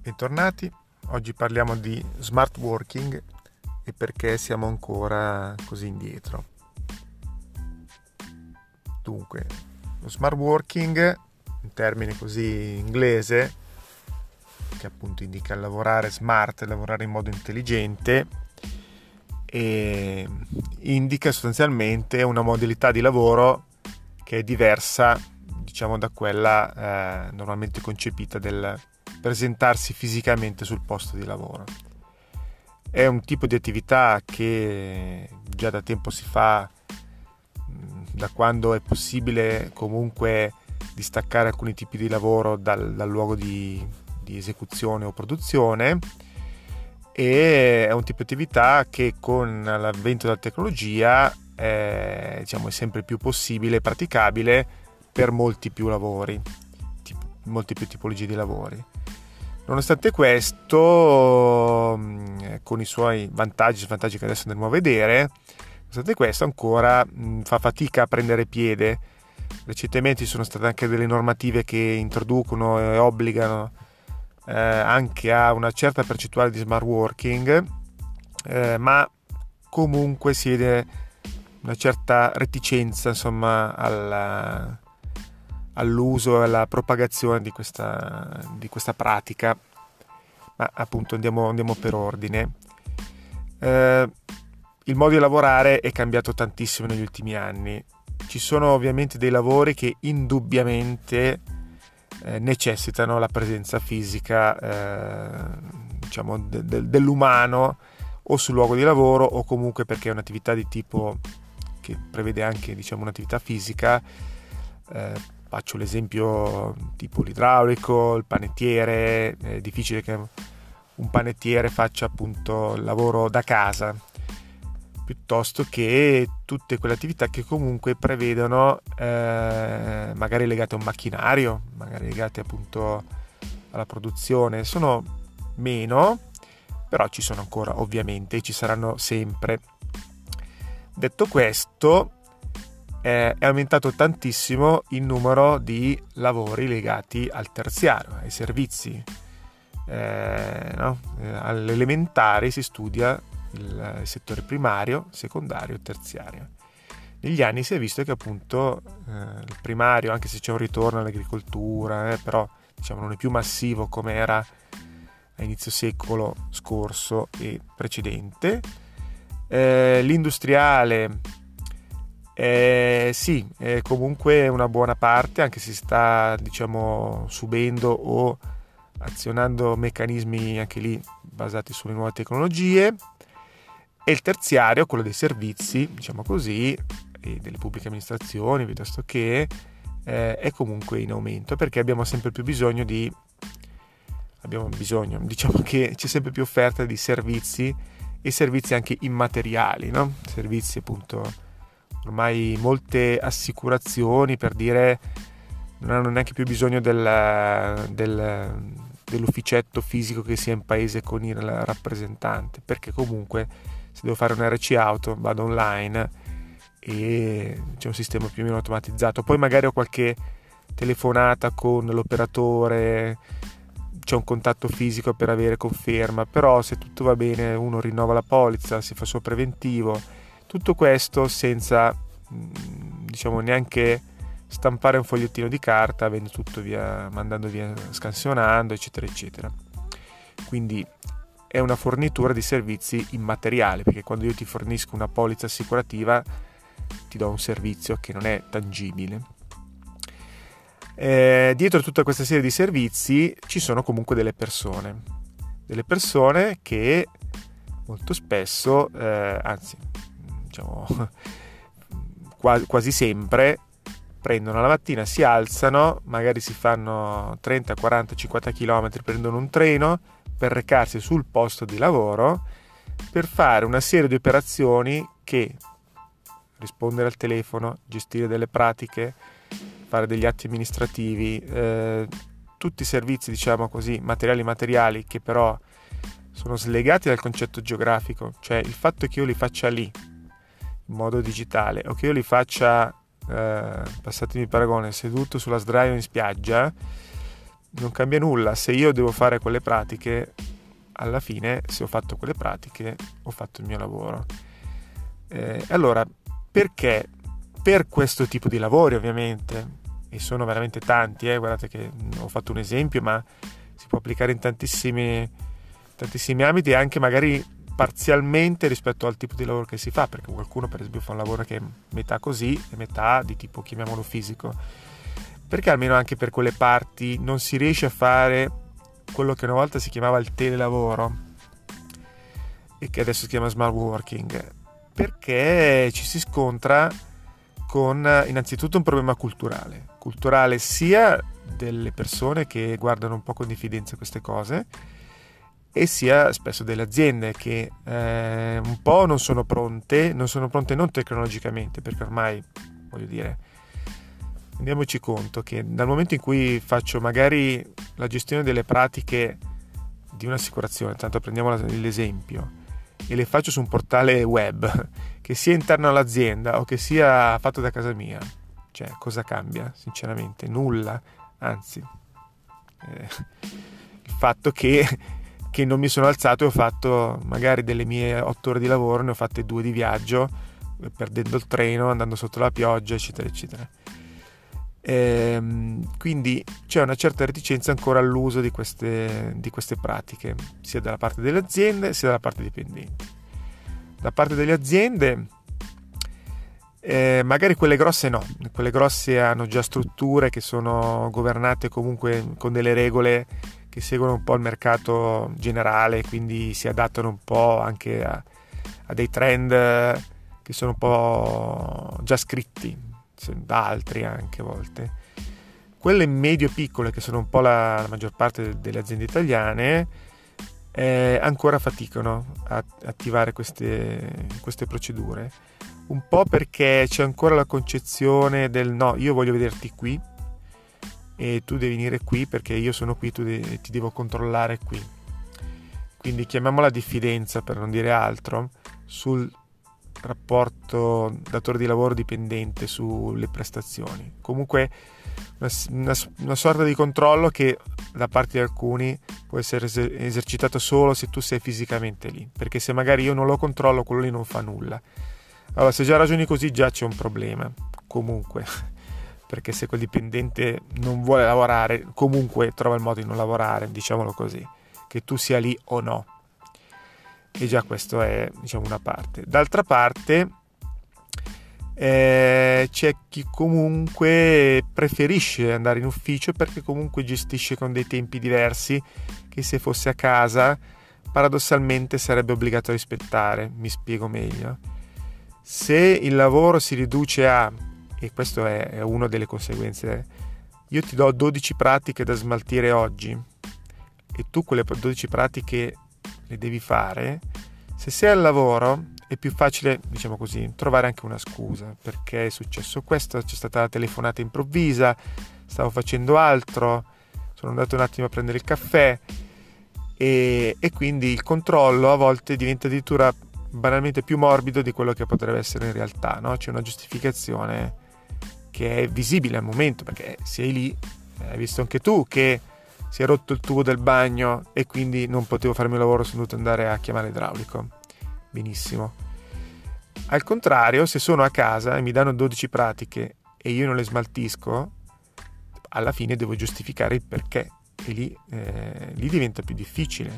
Bentornati, oggi parliamo di smart working e perché siamo ancora così indietro. Dunque, lo smart working, un termine così inglese, che appunto indica lavorare smart, lavorare in modo intelligente, e indica sostanzialmente una modalità di lavoro che è diversa, diciamo, da quella normalmente concepita del presentarsi fisicamente sul posto di lavoro. È un tipo di attività che già da tempo si fa, da quando è possibile comunque distaccare alcuni tipi di lavoro dal luogo di esecuzione o produzione, e è un tipo di attività che con l'avvento della tecnologia è sempre più possibile e praticabile per molti più lavori, molte più tipologie di lavori. Nonostante questo, con i suoi vantaggi e svantaggi che adesso andremo a vedere, nonostante questo ancora fa fatica a prendere piede. Recentemente ci sono state anche delle normative che introducono e obbligano anche a una certa percentuale di smart working, ma comunque si vede una certa reticenza, insomma, all'uso e alla propagazione di questa pratica. Ma appunto andiamo per ordine. Il modo di lavorare è cambiato tantissimo negli ultimi anni. Ci sono ovviamente dei lavori che indubbiamente necessitano la presenza fisica dell'umano o sul luogo di lavoro, o comunque perché è un'attività di tipo che prevede anche un'attività fisica. Faccio l'esempio tipo l'idraulico, il panettiere. È difficile che un panettiere faccia appunto il lavoro da casa, piuttosto che tutte quelle attività che comunque prevedono magari legate a un macchinario, magari legate appunto alla produzione. Sono meno, però ci sono ancora, ovviamente, e ci saranno sempre. Detto questo, è aumentato tantissimo il numero di lavori legati al terziario, ai servizi. All'elementare si studia il settore primario, secondario e terziario. Negli anni si è visto che appunto il primario, anche se c'è un ritorno all'agricoltura, però non è più massivo come era a inizio secolo scorso e precedente. L'industriale sì, è comunque una buona parte, anche se sta subendo o azionando meccanismi anche lì basati sulle nuove tecnologie. E il terziario, quello dei servizi, così, e delle pubbliche amministrazioni, piuttosto che è comunque in aumento, perché abbiamo sempre più bisogno che c'è sempre più offerta di servizi, e servizi anche immateriali, no? Servizi appunto, ormai molte assicurazioni, per dire, non hanno neanche più bisogno dell'ufficetto fisico che sia in paese con il rappresentante, perché comunque se devo fare un RC auto vado online e c'è un sistema più o meno automatizzato. Poi magari ho qualche telefonata con l'operatore, c'è un contatto fisico per avere conferma, però se tutto va bene uno rinnova la polizza, si fa il suo preventivo. Tutto questo senza neanche stampare un fogliettino di carta, avendo tutto via, mandando via, scansionando, eccetera eccetera. Quindi è una fornitura di servizi immateriali, perché quando io ti fornisco una polizza assicurativa ti do un servizio che non è tangibile. Dietro tutta questa serie di servizi ci sono comunque delle persone che molto spesso, quasi sempre, prendono la mattina, si alzano, magari si fanno 30, 40, 50 km, prendono un treno per recarsi sul posto di lavoro, per fare una serie di operazioni che rispondere al telefono, gestire delle pratiche, fare degli atti amministrativi, tutti i servizi materiali che però sono slegati dal concetto geografico, cioè il fatto che io li faccia lì in modo digitale, o che io li faccia, passatemi il paragone, seduto sulla sdraio in spiaggia, non cambia nulla. Se io devo fare quelle pratiche, alla fine, se ho fatto quelle pratiche, ho fatto il mio lavoro. Allora, perché? Per questo tipo di lavori, ovviamente, e sono veramente tanti, guardate che ho fatto un esempio, ma si può applicare in tantissimi ambiti, e anche magari parzialmente rispetto al tipo di lavoro che si fa, perché qualcuno per esempio fa un lavoro che è metà così e metà di tipo, chiamiamolo, fisico, perché almeno anche per quelle parti non si riesce a fare quello che una volta si chiamava il telelavoro e che adesso si chiama smart working, perché ci si scontra con innanzitutto un problema culturale sia delle persone che guardano un po' con diffidenza queste cose, e sia spesso delle aziende che un po' non sono pronte non tecnologicamente, perché ormai, voglio dire, rendiamoci conto che dal momento in cui faccio magari la gestione delle pratiche di un'assicurazione, tanto prendiamo l'esempio, e le faccio su un portale web che sia interno all'azienda o che sia fatto da casa mia, cioè cosa cambia? Sinceramente nulla, anzi il fatto che non mi sono alzato e ho fatto magari delle mie 8 ore di lavoro, ne ho fatte 2 di viaggio, perdendo il treno, andando sotto la pioggia, eccetera eccetera. Quindi c'è una certa reticenza ancora all'uso di queste pratiche, sia dalla parte delle aziende sia dalla parte dei dipendenti. Da parte delle aziende magari quelle grosse no, quelle grosse hanno già strutture che sono governate comunque con delle regole che seguono un po' il mercato generale, quindi si adattano un po' anche a dei trend che sono un po' già scritti da altri anche a volte. Quelle medio piccole, che sono un po' la maggior parte delle aziende italiane, ancora faticano a attivare queste procedure, un po' perché c'è ancora la concezione del no, io voglio vederti qui e tu devi venire qui perché io sono qui, ti devo controllare qui. Quindi chiamiamola diffidenza, per non dire altro, sul rapporto datore di lavoro dipendente, sulle prestazioni. Comunque una sorta di controllo che da parte di alcuni può essere esercitato solo se tu sei fisicamente lì, perché se magari io non lo controllo, quello lì non fa nulla. Allora, se già ragioni così, già c'è un problema comunque, perché se quel dipendente non vuole lavorare, comunque trova il modo di non lavorare, diciamolo così, che tu sia lì o no. E già questo è, diciamo, una parte. D'altra parte c'è chi comunque preferisce andare in ufficio perché comunque gestisce con dei tempi diversi che se fosse a casa paradossalmente sarebbe obbligato a rispettare. Mi spiego meglio. Se il lavoro si riduce a, e questo è una delle conseguenze, io ti do 12 pratiche da smaltire oggi e tu quelle 12 pratiche le devi fare, se sei al lavoro è più facile, diciamo così, trovare anche una scusa, perché è successo questo, c'è stata la telefonata improvvisa, stavo facendo altro, sono andato un attimo a prendere il caffè, e quindi il controllo a volte diventa addirittura banalmente più morbido di quello che potrebbe essere in realtà, no? C'è una giustificazione che è visibile al momento, perché sei lì, hai visto anche tu che si è rotto il tubo del bagno e quindi non potevo fare il mio lavoro, sono dovuto andare a chiamare l'idraulico. Benissimo. Al contrario, se sono a casa e mi danno 12 pratiche e io non le smaltisco, alla fine devo giustificare il perché, e lì diventa più difficile,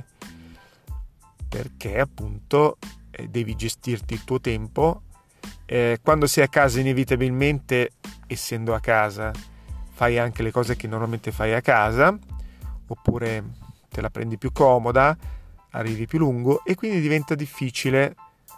perché appunto devi gestirti il tuo tempo. Quando sei a casa, inevitabilmente, essendo a casa, fai anche le cose che normalmente fai a casa, oppure te la prendi più comoda, arrivi più lungo, e quindi diventa difficile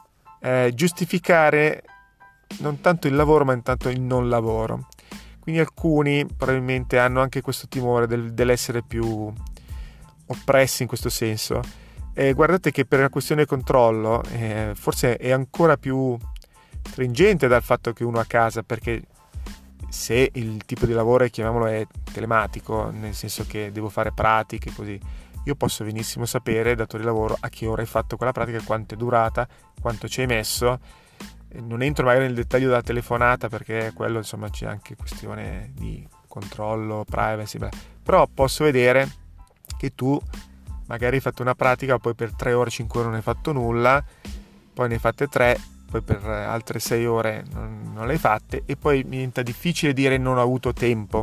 giustificare non tanto il lavoro ma intanto il non lavoro. Quindi alcuni probabilmente hanno anche questo timore dell'essere più oppressi in questo senso. Guardate che per la questione controllo forse è ancora più stringente dal fatto che uno a casa, perché se il tipo di lavoro chiamiamolo è telematico, nel senso che devo fare pratiche così, io posso benissimo sapere, datore di lavoro, a che ora hai fatto quella pratica, quanto è durata, quanto ci hai messo. Non entro magari nel dettaglio della telefonata, perché quello, insomma, c'è anche questione di controllo, privacy, però posso vedere che tu magari hai fatto una pratica, poi per 3 ore, 5 ore non hai fatto nulla, poi ne hai fatte 3, poi per altre 6 ore non le hai fatte, e poi mi diventa difficile dire non ho avuto tempo.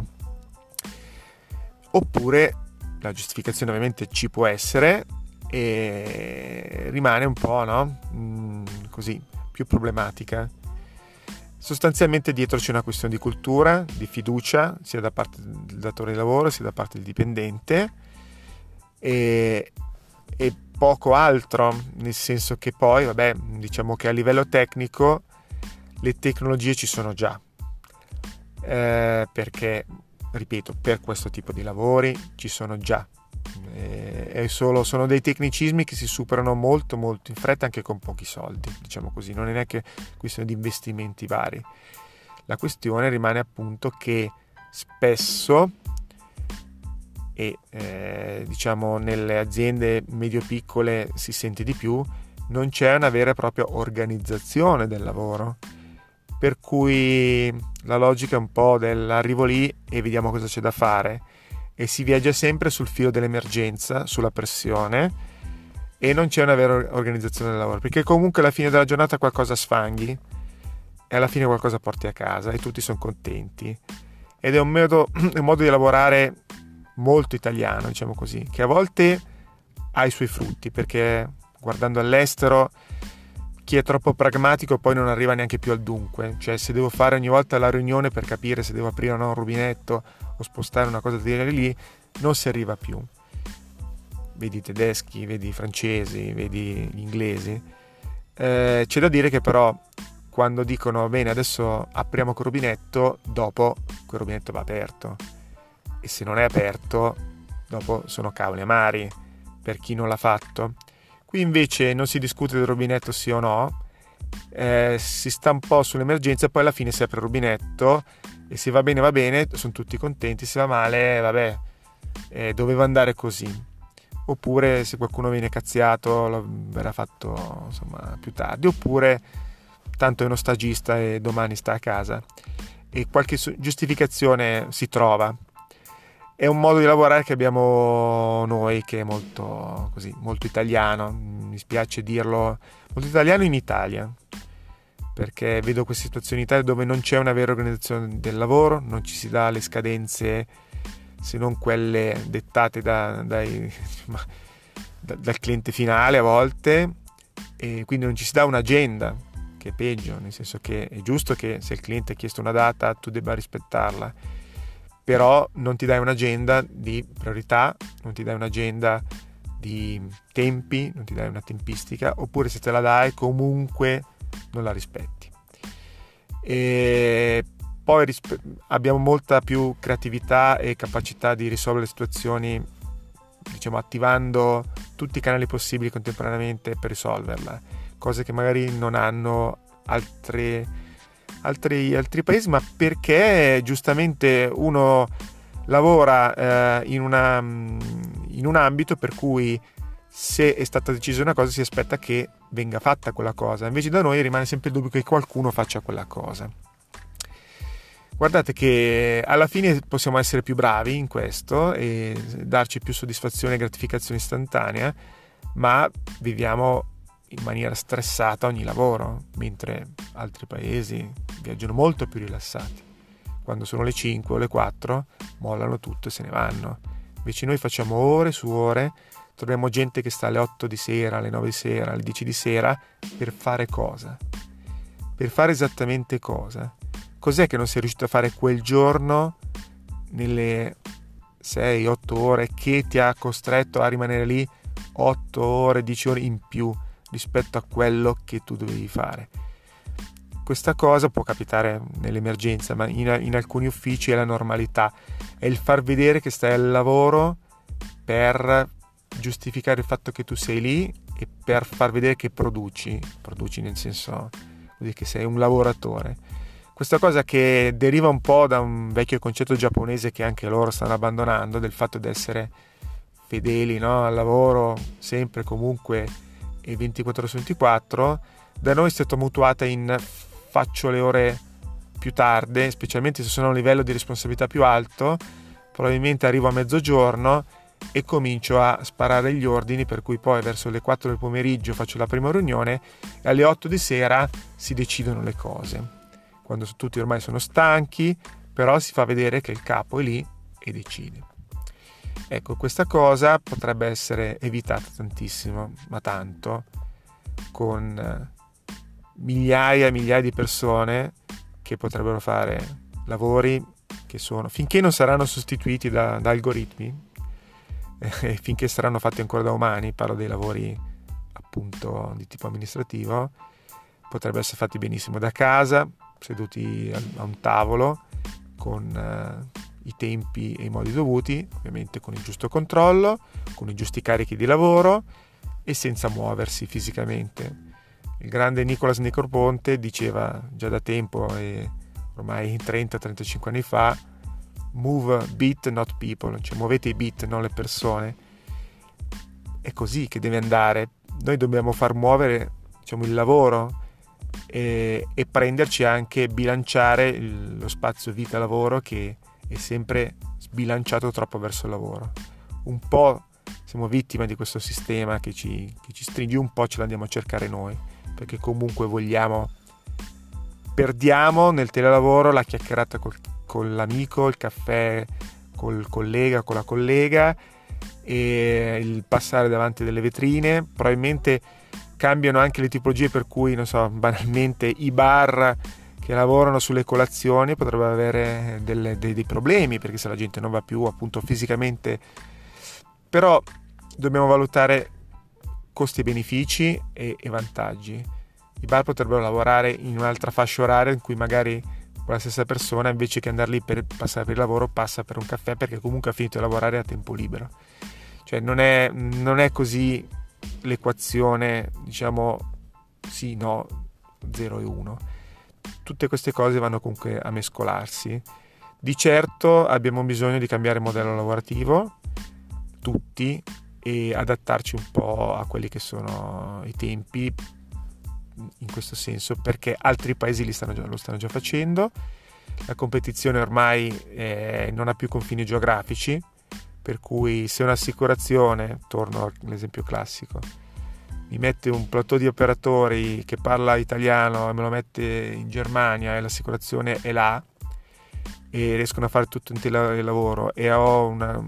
Oppure la giustificazione ovviamente ci può essere, e rimane un po', no? Così, più problematica. Sostanzialmente dietro c'è una questione di cultura, di fiducia, sia da parte del datore di lavoro sia da parte del dipendente, e poco altro, nel senso che poi, diciamo che a livello tecnico le tecnologie ci sono già, perché, ripeto, per questo tipo di lavori ci sono già, sono dei tecnicismi che si superano molto molto in fretta, anche con pochi soldi, diciamo così. Non è neanche questione di investimenti vari. La questione rimane appunto che spesso, e diciamo nelle aziende medio-piccole si sente di più, non c'è una vera e propria organizzazione del lavoro, per cui la logica è un po' dell'arrivo lì e vediamo cosa c'è da fare, e si viaggia sempre sul filo dell'emergenza, sulla pressione, e non c'è una vera organizzazione del lavoro, perché comunque alla fine della giornata qualcosa sfanghi e alla fine qualcosa porti a casa e tutti sono contenti, ed è un modo di lavorare molto italiano, diciamo così, che a volte ha i suoi frutti, perché guardando all'estero chi è troppo pragmatico poi non arriva neanche più al dunque. Cioè, se devo fare ogni volta la riunione per capire se devo aprire o no un rubinetto o spostare una cosa di lì, non si arriva più. Vedi i tedeschi, vedi i francesi, vedi gli inglesi. C'è da dire che però quando dicono bene adesso apriamo quel rubinetto, dopo quel rubinetto va aperto, e se non è aperto dopo sono cavoli amari per chi non l'ha fatto. Qui invece non si discute del rubinetto sì o no, si sta un po' sull'emergenza, poi alla fine si apre il rubinetto e se va bene, sono tutti contenti, se va male, vabbè, doveva andare così. Oppure se qualcuno viene cazziato verrà fatto insomma più tardi, oppure tanto è uno stagista e domani sta a casa, e qualche giustificazione si trova. È un modo di lavorare che abbiamo noi, che è molto così, molto italiano, mi spiace dirlo, molto italiano in Italia, perché vedo queste situazioni in Italia dove non c'è una vera organizzazione del lavoro, non ci si dà le scadenze se non quelle dettate dal cliente finale a volte, e quindi non ci si dà un'agenda, che è peggio, nel senso che è giusto che se il cliente ha chiesto una data tu debba rispettarla, però non ti dai un'agenda di priorità, non ti dai un'agenda di tempi, non ti dai una tempistica, oppure se te la dai comunque non la rispetti. E poi abbiamo molta più creatività e capacità di risolvere le situazioni, diciamo, attivando tutti i canali possibili contemporaneamente per risolverla, cose che magari non hanno altri paesi, ma perché giustamente uno lavora in un ambito per cui se è stata decisa una cosa si aspetta che venga fatta quella cosa, invece da noi rimane sempre il dubbio che qualcuno faccia quella cosa. Guardate che alla fine possiamo essere più bravi in questo e darci più soddisfazione e gratificazione istantanea, ma viviamo in maniera stressata ogni lavoro, mentre altri paesi viaggiano molto più rilassati. Quando sono le 5 o le 4 mollano tutto e se ne vanno. Invece noi facciamo ore su ore, troviamo gente che sta alle 8 di sera, alle 9 di sera, alle 10 di sera per fare cosa? Per fare esattamente cosa? Cos'è che non sei riuscito a fare quel giorno nelle 6-8 ore che ti ha costretto a rimanere lì 8 ore, 10 ore in più rispetto a quello che tu dovevi fare? Questa cosa può capitare nell'emergenza, ma in alcuni uffici è la normalità, è il far vedere che stai al lavoro per giustificare il fatto che tu sei lì e per far vedere che produci nel senso che sei un lavoratore. Questa cosa che deriva un po' da un vecchio concetto giapponese che anche loro stanno abbandonando, del fatto di essere fedeli, no? Al lavoro sempre, comunque e 24 su 24, da noi è stata mutuata in faccio le ore più tarde, specialmente se sono a un livello di responsabilità più alto, probabilmente arrivo a mezzogiorno e comincio a sparare gli ordini, per cui poi verso le 4 del pomeriggio faccio la prima riunione e alle 8 di sera si decidono le cose. Quando tutti ormai sono stanchi, però si fa vedere che il capo è lì e decide. Ecco, questa cosa potrebbe essere evitata tantissimo, ma tanto, con migliaia e migliaia di persone che potrebbero fare lavori che sono, finché non saranno sostituiti da algoritmi, finché saranno fatti ancora da umani, parlo dei lavori appunto di tipo amministrativo, potrebbero essere fatti benissimo da casa, seduti a un tavolo, con i tempi e i modi dovuti, ovviamente con il giusto controllo, con i giusti carichi di lavoro e senza muoversi fisicamente. Il grande Nicolas Negroponte diceva già da tempo, e ormai 30-35 anni fa, move beat not people, cioè muovete i beat, non le persone. È così che deve andare. Noi dobbiamo far muovere, diciamo, il lavoro e prenderci anche, bilanciare lo spazio vita-lavoro che è sempre sbilanciato troppo verso il lavoro. Un po' siamo vittime di questo sistema che ci stringe, un po' ce l'andiamo a cercare noi, perché comunque perdiamo nel telelavoro la chiacchierata con l'amico, il caffè col collega, con la collega, e il passare davanti delle vetrine. Probabilmente cambiano anche le tipologie, per cui, non so, banalmente i bar che lavorano sulle colazioni potrebbero avere dei problemi, perché se la gente non va più appunto fisicamente. Però dobbiamo valutare costi e benefici e vantaggi. I bar potrebbero lavorare in un'altra fascia oraria in cui magari la stessa persona, invece che andare lì per passare per il lavoro, passa per un caffè, perché comunque ha finito di lavorare a tempo libero. Cioè non è così l'equazione, diciamo sì, no, 0 e 1. Tutte queste cose vanno comunque a mescolarsi. Di certo abbiamo bisogno di cambiare modello lavorativo, tutti, e adattarci un po' a quelli che sono i tempi, in questo senso, perché altri paesi lo stanno già facendo. La competizione ormai non ha più confini geografici, per cui se un'assicurazione, torno all'esempio classico, mi mette un plateau di operatori che parla italiano e me lo mette in Germania e l'assicurazione è là e riescono a fare tutto il lavoro, e ho una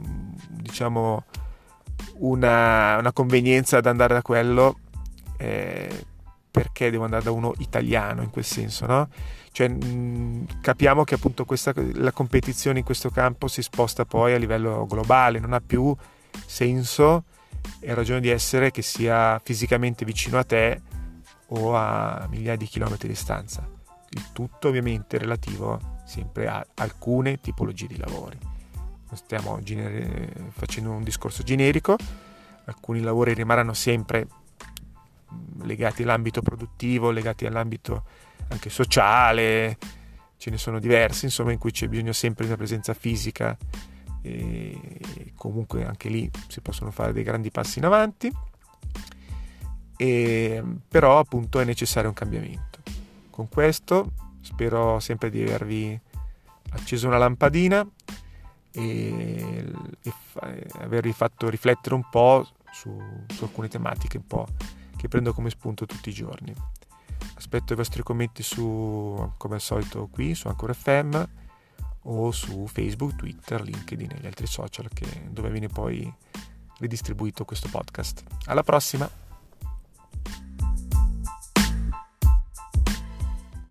convenienza ad andare da quello, perché devo andare da uno italiano in quel senso, no? Cioè capiamo che appunto la competizione in questo campo si sposta poi a livello globale, non ha più senso e ragione di essere che sia fisicamente vicino a te o a migliaia di chilometri di distanza. Il tutto ovviamente relativo sempre a alcune tipologie di lavori. Non stiamo facendo un discorso generico, alcuni lavori rimarranno sempre legati all'ambito produttivo, legati all'ambito anche sociale, ce ne sono diversi, insomma, in cui c'è bisogno sempre di una presenza fisica, e comunque anche lì si possono fare dei grandi passi in avanti, però appunto è necessario un cambiamento. Con questo spero sempre di avervi acceso una lampadina e avervi fatto riflettere un po' su alcune tematiche un po' che prendo come spunto tutti i giorni. Aspetto i vostri commenti come al solito qui su Anchor FM o su Facebook, Twitter, LinkedIn e gli altri social dove viene poi ridistribuito questo podcast. Alla prossima!